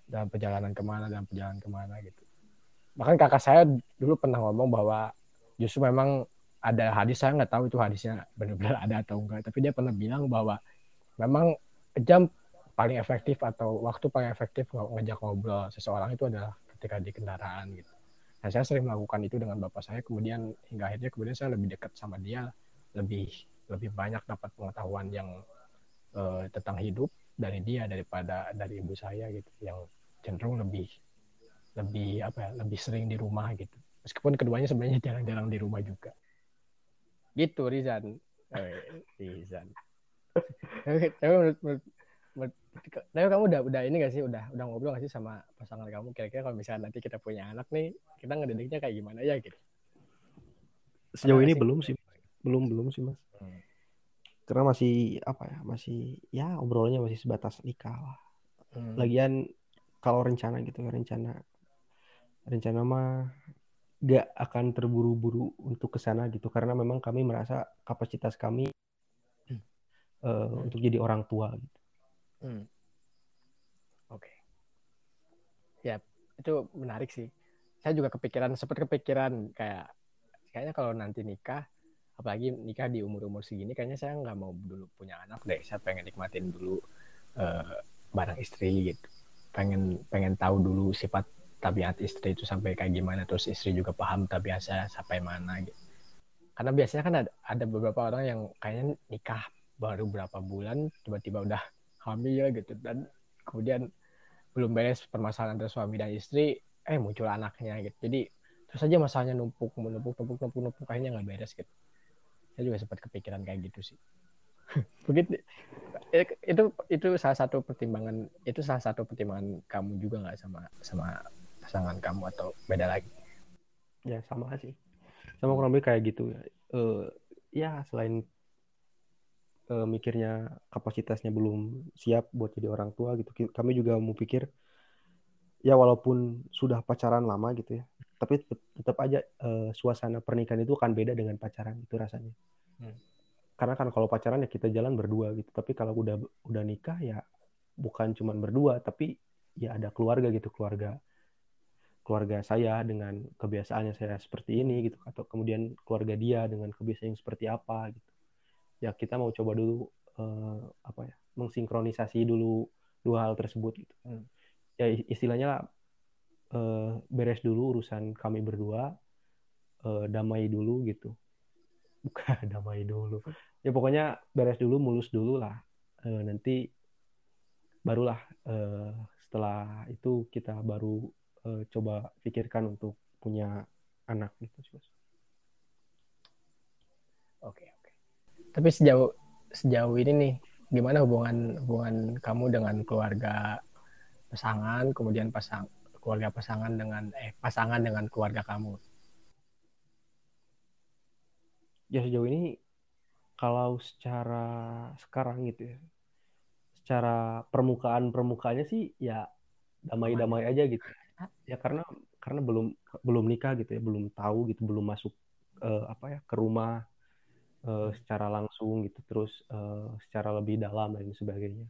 dalam perjalanan kemana gitu bahkan kakak saya dulu pernah ngomong bahwa justru memang ada hadis saya nggak tahu itu hadisnya benar-benar ada atau enggak tapi dia pernah bilang bahwa memang jam paling efektif atau waktu paling efektif ngajak ngobrol seseorang itu adalah ketika di kendaraan gitu. Nah, saya sering melakukan itu dengan bapak saya kemudian hingga akhirnya kemudian saya lebih dekat sama dia lebih lebih banyak dapat pengetahuan yang tentang hidup dari dia daripada dari ibu saya gitu yang cenderung lebih lebih apa ya lebih sering di rumah gitu meskipun keduanya sebenarnya jarang-jarang di rumah juga gitu Rizan. Rizan tapi tapi kamu udah ini gak sih udah ngobrol gak sih sama pasangan kamu kira-kira kalau misalnya nanti kita punya anak nih kita ngedidiknya kayak gimana ya gitu pernah sejauh gak ini sih. belum sih, belum sih Mas. Hmm. Karena masih apa ya, masih ya obrolannya masih sebatas nikah lah. Hmm. Lagian kalau rencana gitu ya, rencana rencana mah gak akan terburu-buru untuk ke sana gitu karena memang kami merasa kapasitas kami Hmm. untuk jadi orang tua gitu. Hmm. Oke okay. Ya itu menarik sih saya juga sempat kepikiran kayaknya kalau nanti nikah apalagi nikah di umur-umur segini kayaknya saya nggak mau dulu punya anak deh saya pengen nikmatin dulu uh, barang istri gitu pengen pengen tahu dulu sifat tabiat istri itu sampai kayak gimana terus istri juga paham tabiat saya sampai mana gitu karena biasanya kan ada beberapa orang yang kayaknya nikah baru berapa bulan tiba-tiba udah hamil gitu dan kemudian belum beres permasalahan antara suami dan istri muncul anaknya gitu jadi terus aja masalahnya numpuk akhirnya nggak beres gitu saya juga sempat kepikiran kayak gitu sih begitu itu salah satu pertimbangan kamu juga nggak sama sama pasangan kamu atau beda lagi. Ya sama sih, sama kurang lebih kayak gitu ya. Eh, ya selain mikirnya kapasitasnya belum siap buat jadi orang tua gitu, kami juga mau pikir ya walaupun sudah pacaran lama gitu ya, tapi tetap aja suasana pernikahan itu akan beda dengan pacaran itu rasanya. Hmm. Karena kan kalau pacaran ya kita jalan berdua gitu, tapi kalau udah nikah ya bukan cuma berdua, tapi ya ada keluarga gitu, keluarga keluarga saya dengan kebiasaannya saya seperti ini gitu, atau kemudian keluarga dia dengan kebiasaan yang seperti apa gitu. Ya kita mau coba dulu apa ya, mensinkronisasi dulu dua hal tersebut gitu. Hmm. Ya istilahnya beres dulu urusan kami berdua, damai dulu gitu. Bukan damai dulu. Ya pokoknya beres dulu, mulus dulu lah. Nanti barulah setelah itu kita baru coba pikirkan untuk punya anak gitu sih, Mas. Oke oke tapi sejauh sejauh ini nih gimana hubungan hubungan kamu dengan keluarga pasangan kemudian keluarga pasangan dengan keluarga kamu? Ya sejauh ini kalau secara sekarang gitu ya, secara permukaannya sih ya damai-damai aja gitu. Ya karena belum belum nikah gitu ya, belum tahu gitu, belum masuk ke rumah secara langsung gitu, terus secara lebih dalam dan sebagainya.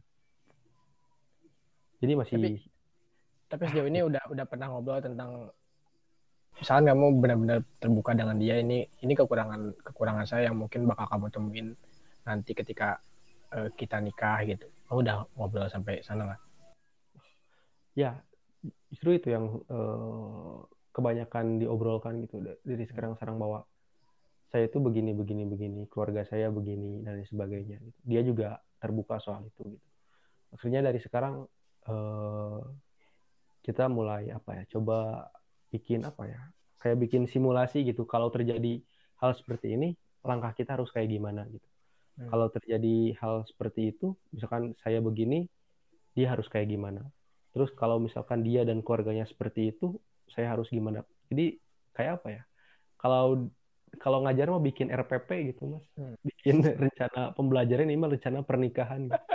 Jadi masih Tapi sejauh ini udah pernah ngobrol tentang misalkan kamu benar-benar terbuka dengan dia, ini kekurangan saya yang mungkin bakal kamu temuin nanti ketika kita nikah gitu. Kamu udah ngobrol sampai sana nggak? ya justru itu yang kebanyakan diobrolkan gitu dari sekarang bahwa saya itu begini begini begini, keluarga saya begini dan sebagainya gitu. Dia juga terbuka soal itu gitu. Maksudnya dari sekarang eh, kita mulai coba bikin kayak bikin simulasi gitu, kalau terjadi hal seperti ini langkah kita harus kayak gimana gitu. Kalau terjadi hal seperti itu, misalkan saya begini, dia harus kayak gimana. Terus kalau misalkan dia dan keluarganya seperti itu, saya harus gimana. Jadi kayak apa ya, kalau kalau ngajar mah bikin RPP gitu mas, bikin rencana pembelajaran, ini mah rencana pernikahan gitu.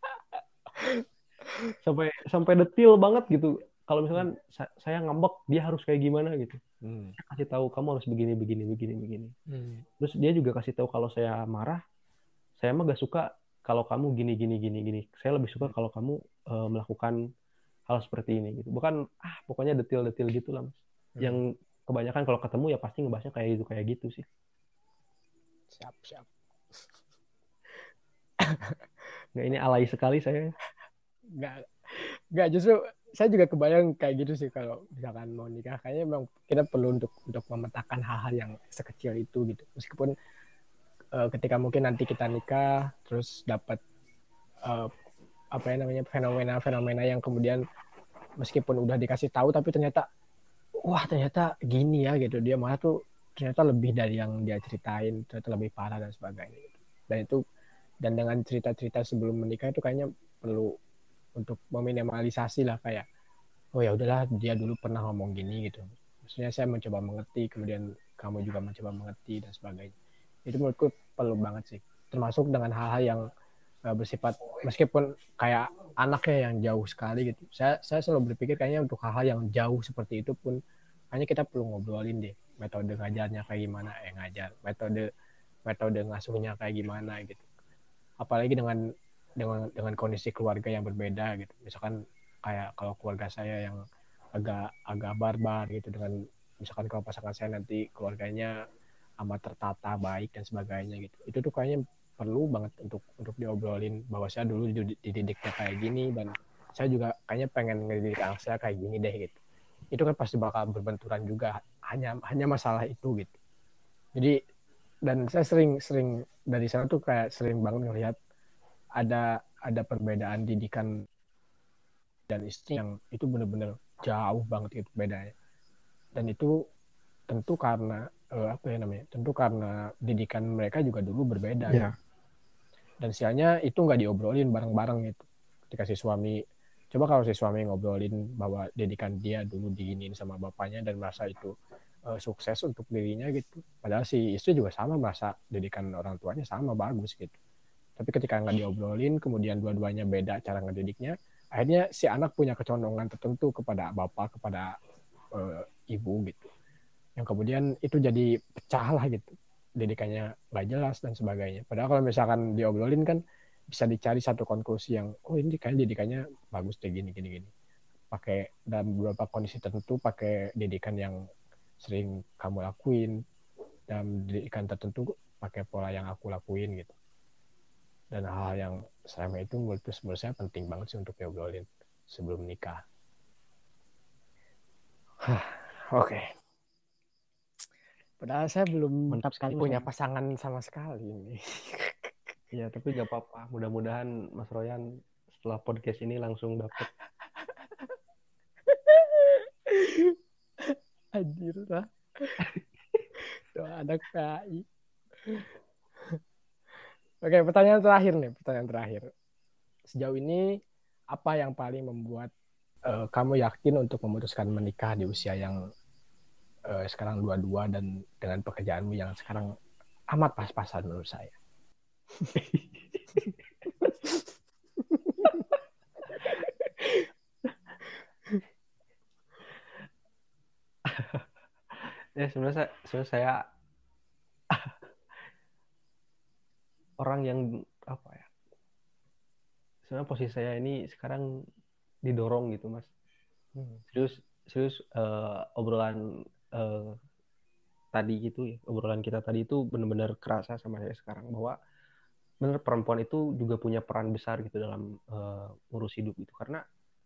sampai sampai detail banget gitu. Kalau misalkan saya ngambek, dia harus kayak gimana gitu, saya kasih tahu kamu harus begini begini begini begini. Terus dia juga kasih tahu kalau saya marah, saya mah gak suka kalau kamu gini gini gini gini, saya lebih suka kalau kamu melakukan hal seperti ini gitu. Bukan pokoknya detail-detail gitu lah mas, yang kebanyakan kalau ketemu ya pasti ngebahasnya kayak gitu sih. Siap. Nggak, ini alay sekali saya. Nggak, justru saya juga kebayang kayak gitu sih kalau misalkan mau nikah. Kayaknya memang kita perlu untuk memetakan hal-hal yang sekecil itu gitu. Meskipun ketika mungkin nanti kita nikah terus dapat uh, apa ya namanya fenomena yang kemudian meskipun udah dikasih tahu tapi ternyata ternyata gini ya gitu, dia malah tuh ternyata lebih dari yang dia ceritain, ternyata lebih parah dan sebagainya gitu. Dan dengan cerita-cerita sebelum menikah itu kayaknya perlu untuk meminimalisasi lah, kayak oh ya udahlah dia dulu pernah ngomong gini gitu, maksudnya saya mencoba mengerti, kemudian kamu juga mencoba mengerti dan sebagainya. Itu menurutku perlu banget sih, termasuk dengan hal-hal yang bersifat meskipun kayak anaknya yang jauh sekali gitu. Saya selalu berpikir kayaknya untuk hal-hal yang jauh seperti itu pun hanya kita perlu ngobrolin deh, metode ngajarnya kayak gimana, metode metode ngasuhnya kayak gimana gitu. Apalagi dengan kondisi keluarga yang berbeda gitu. Misalkan kayak kalau keluarga saya yang agak agak barbar gitu, dengan misalkan kalau pasangan saya nanti keluarganya amat tertata baik dan sebagainya gitu, itu tuh kayaknya perlu banget untuk diobrolin bahwa saya dulu dididiknya kayak gini dan saya juga kayaknya pengen ngedidik anak saya kayak gini deh gitu. Itu kan pasti bakal berbenturan juga, hanya masalah itu gitu. Jadi dan saya sering dari sana tuh kayak sering banget ngelihat ada perbedaan didikan dan istri yang itu benar-benar jauh banget gitu bedanya. Dan itu tentu karena tentu karena didikan mereka juga dulu berbeda gitu. Ya. Dan sialnya itu nggak diobrolin bareng-bareng gitu. Ketika si suami, coba kalau si suami ngobrolin bahwa didikan dia dulu diginiin sama bapaknya dan merasa itu sukses untuk dirinya gitu, padahal si istri juga sama merasa didikan orang tuanya sama bagus gitu. Tapi ketika nggak diobrolin, kemudian dua-duanya beda cara ngedidiknya, akhirnya si anak punya kecondongan tertentu kepada bapak, kepada ibu gitu. Yang kemudian itu jadi pecah lah gitu. Didikannya nggak jelas dan sebagainya. Padahal kalau misalkan diobrolin kan bisa dicari satu konklusi yang, oh ini kayaknya didikannya bagus deh gini. Pakai dalam beberapa kondisi tertentu, pakai didikan yang sering kamu lakuin, dalam didikan tertentu pakai pola yang aku lakuin gitu. Dan hal yang selama itu menurut saya penting banget sih untuk diobrolin sebelum nikah. Oke. Padahal saya belum Mantap sekali punya mas. pasangan sama sekali ini. Ya tapi gak apa-apa, mudah-mudahan Mas Royan setelah podcast ini langsung dapet. Anjir lah. Doa anak PAI. Oke, pertanyaan terakhir nih, pertanyaan terakhir. Sejauh ini apa yang paling membuat kamu yakin untuk memutuskan menikah di usia yang sekarang 22 dan dengan pekerjaanmu yang sekarang amat pas-pasan menurut saya. Ya sebenarnya saya orang yang apa ya? Sebenarnya posisi saya ini sekarang didorong gitu, Mas. Serius serius obrolan tadi gitu ya, obrolan kita tadi itu benar-benar kerasa sama saya sekarang bahwa benar perempuan itu juga punya peran besar gitu dalam ngurus hidup gitu, karena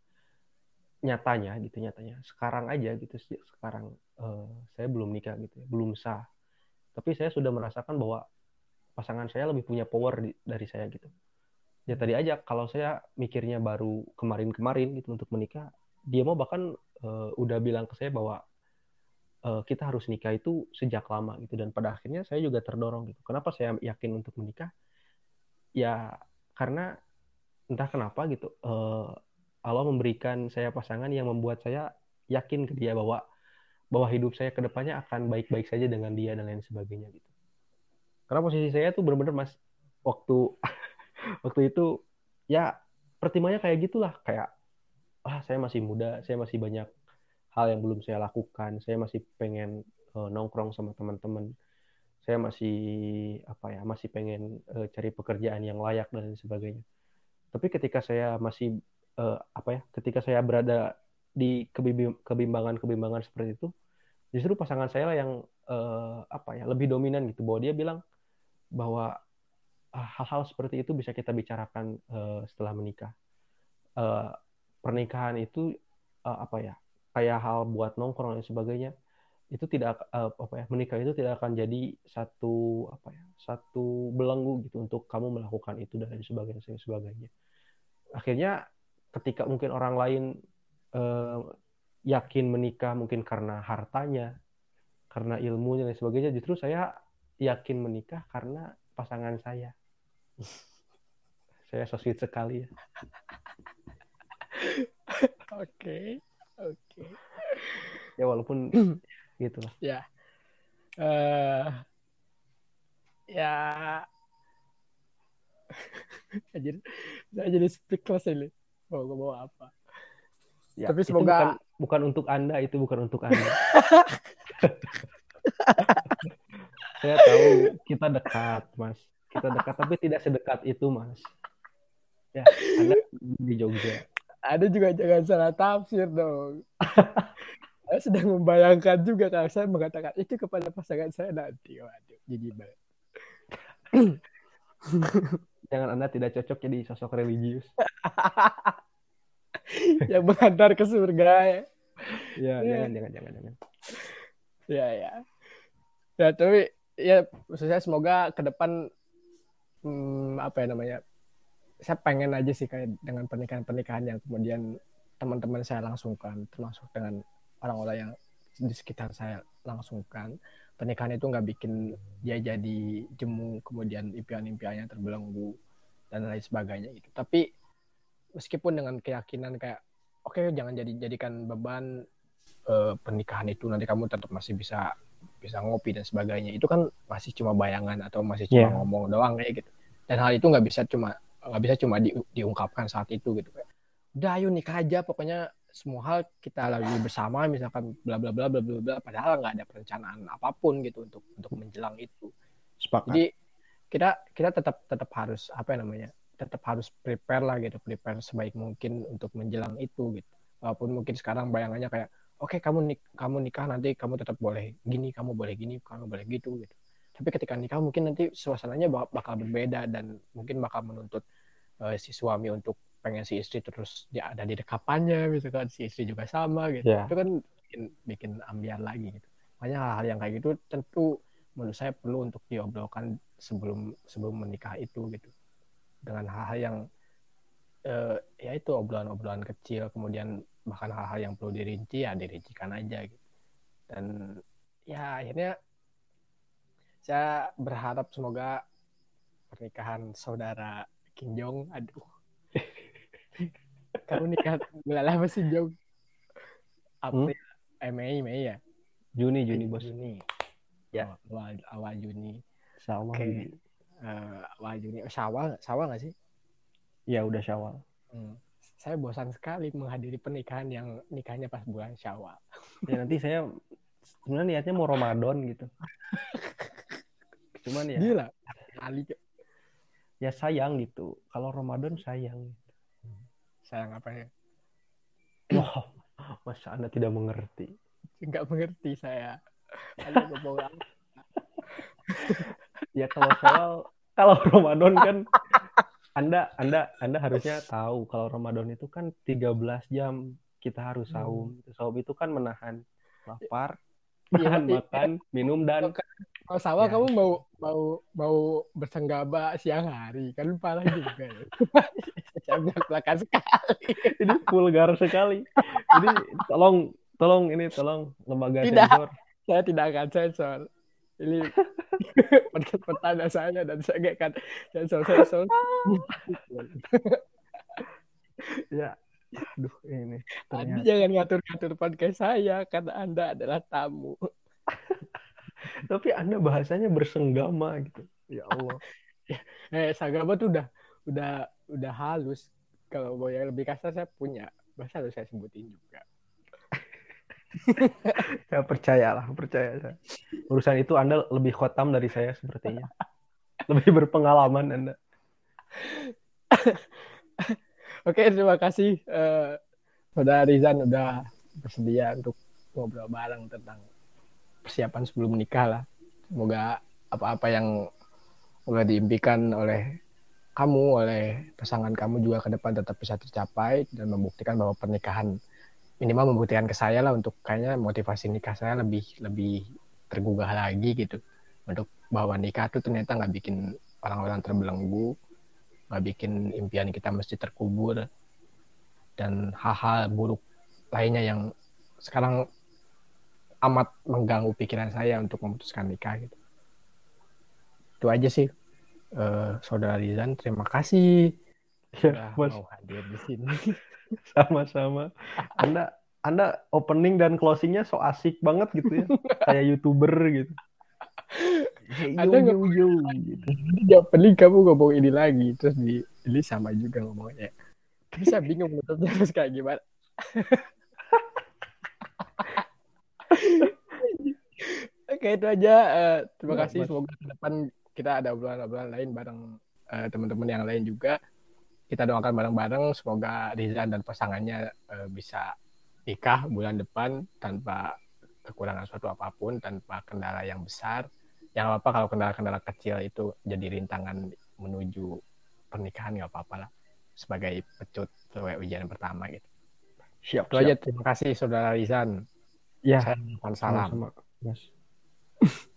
nyatanya sekarang aja gitu, sekarang saya belum nikah gitu ya, belum sah, tapi saya sudah merasakan bahwa pasangan saya lebih punya power dari saya gitu ya. Tadi aja kalau saya mikirnya baru kemarin-kemarin gitu untuk menikah, dia mau bahkan udah bilang ke saya bahwa kita harus nikah itu sejak lama gitu, dan pada akhirnya saya juga terdorong gitu. Kenapa saya yakin untuk menikah? Ya karena entah kenapa gitu, Allah memberikan saya pasangan yang membuat saya yakin ke dia bahwa hidup saya ke depannya akan baik-baik saja dengan dia dan lain sebagainya gitu. Karena posisi saya tuh benar-benar, Mas, waktu waktu itu ya pertimbangannya kayak gitulah, kayak saya masih muda, saya masih banyak hal yang belum saya lakukan, saya masih pengen nongkrong sama teman-teman, saya masih apa ya, masih pengen cari pekerjaan yang layak dan lain sebagainya. Tapi ketika saya masih apa ya, ketika saya berada di kebimbangan seperti itu, justru pasangan saya lah yang apa ya, lebih dominan gitu, bahwa dia bilang bahwa hal-hal seperti itu bisa kita bicarakan setelah menikah. Uh, Pernikahan itu apa ya, kayak hal buat nongkrong dan sebagainya, itu tidak apa ya, menikah itu tidak akan jadi satu apa ya, satu belenggu gitu untuk kamu melakukan itu dan lain sebagainya. Akhirnya ketika mungkin orang lain eh, yakin menikah mungkin karena hartanya, karena ilmunya dan sebagainya, justru saya yakin menikah karena pasangan saya. Saya so sweet sekali ya. Oke. Ya walaupun gitulah. Ya. eh ya, saya jadi speechless ini. Mau ngomong apa? Ya, Tapi itu bukan semoga bukan untuk Anda, itu bukan untuk Anda. Saya tahu kita dekat, Mas. Kita dekat, tapi tidak sedekat itu, Mas. Ya, Anda di Jogja. ada juga jangan salah tafsir dong. Saya sedang membayangkan juga kalau saya mengatakan itu kepada pasangan saya nanti. Waduh, jadi banget. Jangan Anda tidak cocok jadi sosok religius. Yang mengantar ke surga ya. Ya, Ya, jangan. ya. Ya, tapi ya maksudnya semoga ke depan apa ya namanya? Saya pengen aja sih kayak dengan pernikahan-pernikahan yang kemudian teman-teman saya langsungkan, termasuk dengan orang-orang yang di sekitar saya langsungkan. Pernikahan itu nggak bikin dia jadi jemu, kemudian impian-impiannya terbelenggu dan lain sebagainya gitu. Tapi meskipun dengan keyakinan kayak oke, jangan jadikan beban pernikahan itu, nanti kamu tetap masih bisa bisa ngopi dan sebagainya, itu kan masih cuma bayangan atau masih cuma Ya, ngomong doang kayak gitu. Dan hal itu nggak bisa cuma diungkapkan saat itu gitu, kayak udah ayo nikah aja pokoknya semua hal kita lagi bersama misalkan bla bla bla bla bla bla, padahal nggak ada perencanaan apapun gitu untuk menjelang itu. sepakat. Jadi kita kita tetap tetap harus apa ya namanya, tetap harus prepare lah gitu, prepare sebaik mungkin untuk menjelang itu gitu. Walaupun mungkin sekarang bayangannya kayak oke, kamu nikah nanti kamu tetap boleh gini, kamu boleh gini, kamu boleh gitu gitu. Tapi ketika nikah mungkin nanti suasananya bakal berbeda dan mungkin bakal menuntut si suami untuk pengen si istri terus dia ada di dekapannya, misalkan si istri juga sama gitu. Itu Ya, kan bikin ambiar lagi gitu. Makanya hal-hal yang kayak gitu tentu menurut saya perlu untuk diobrolkan sebelum sebelum menikah itu gitu. Dengan hal-hal yang ya itu obrolan-obrolan kecil, kemudian bahkan hal-hal yang perlu dirinci ya dirincikan aja gitu. Dan ya akhirnya saya berharap semoga pernikahan saudara Kim Jong, aduh, Kamu nikah bulan apa sih, Jong? Hmm? April, Mei ya? Juni bos. Juni. Ya, Oh, awal Juni. Syawal Oke. Juni. Awal Juni. Oh, Syawal nggak sih? Ya udah Syawal. Hmm. Saya bosan sekali menghadiri pernikahan yang nikahnya pas bulan Syawal. Ya nanti saya sebenarnya niatnya mau Ramadan gitu. Cuman Gila. Kali ya sayang gitu. Kalau Ramadan sayang. sayang apa ya? Wow, masa Anda tidak mengerti. Nggak mengerti saya. Anda ngomong apa? Ya kalau Syawal, kalau Ramadan kan Anda harusnya tahu kalau Ramadan itu kan 13 jam kita harus saum. Saum itu kan menahan lapar, Iya, menahan iya. makan, minum dan Kalau sawah ya kamu itu. mau bersenggaba siang hari kan parah juga ya. Saya belak-belakan sekali. Ini vulgar sekali. Jadi tolong lembaga Tidak, sensor. saya tidak akan sensor. Ini podcast pertanda saya dan saya nggak akan sensor. Ya, aduh ini Anda ternyata. jangan ngatur-ngatur podcast saya karena Anda adalah tamu. Tapi Anda bahasanya bersenggama gitu. Ya Allah. Sagaba tuh udah halus. Kalau mau yang lebih kasar saya punya. Masa harus saya sebutin juga. Ya percaya saya. Urusan itu Anda lebih khotam dari saya sepertinya. Lebih berpengalaman Anda. Oke, terima kasih Saudara Rizan udah bersedia untuk ngobrol bareng tentang persiapan sebelum menikah lah. Semoga apa-apa yang udah diimpikan oleh kamu, oleh pasangan kamu juga ke depan tetap bisa tercapai dan membuktikan bahwa pernikahan minimal membuktikan ke saya lah untuk kayaknya motivasi nikah saya lebih tergugah lagi gitu untuk bahwa nikah tuh ternyata nggak bikin orang-orang terbelenggu, nggak bikin impian kita mesti terkubur dan hal-hal buruk lainnya yang sekarang amat mengganggu pikiran saya untuk memutuskan nikah gitu. Itu aja sih, Saudara Rizan. Terima kasih Ya, sudah Mas. mau hadir di sini. Sama-sama. Anda Anda opening dan closingnya so asik banget gitu ya. Kayak YouTuber gitu. Hey Ada yo nggak yo yo gitu. di opening kamu ngomong ini lagi, terus di ini sama juga ngomongnya. Bisa bingung nutupnya terus kayak gimana. Oke, itu aja. Terima Ya, kasih. Mas. Semoga ke depan kita ada obrolan-obrolan lain bareng teman-teman yang lain juga. Kita doakan bareng-bareng. Semoga Rizan dan pasangannya bisa nikah bulan depan tanpa kekurangan suatu apapun, tanpa kendala yang besar. Yang apa kalau kendala-kendala kecil itu jadi rintangan menuju pernikahan nggak apa-apa lah. Sebagai pecut ujian pertama gitu. Siap, Itu aja. siap. Terima kasih Saudara Rizan. Ya, Saya mohon salam. sama-sama, Mas.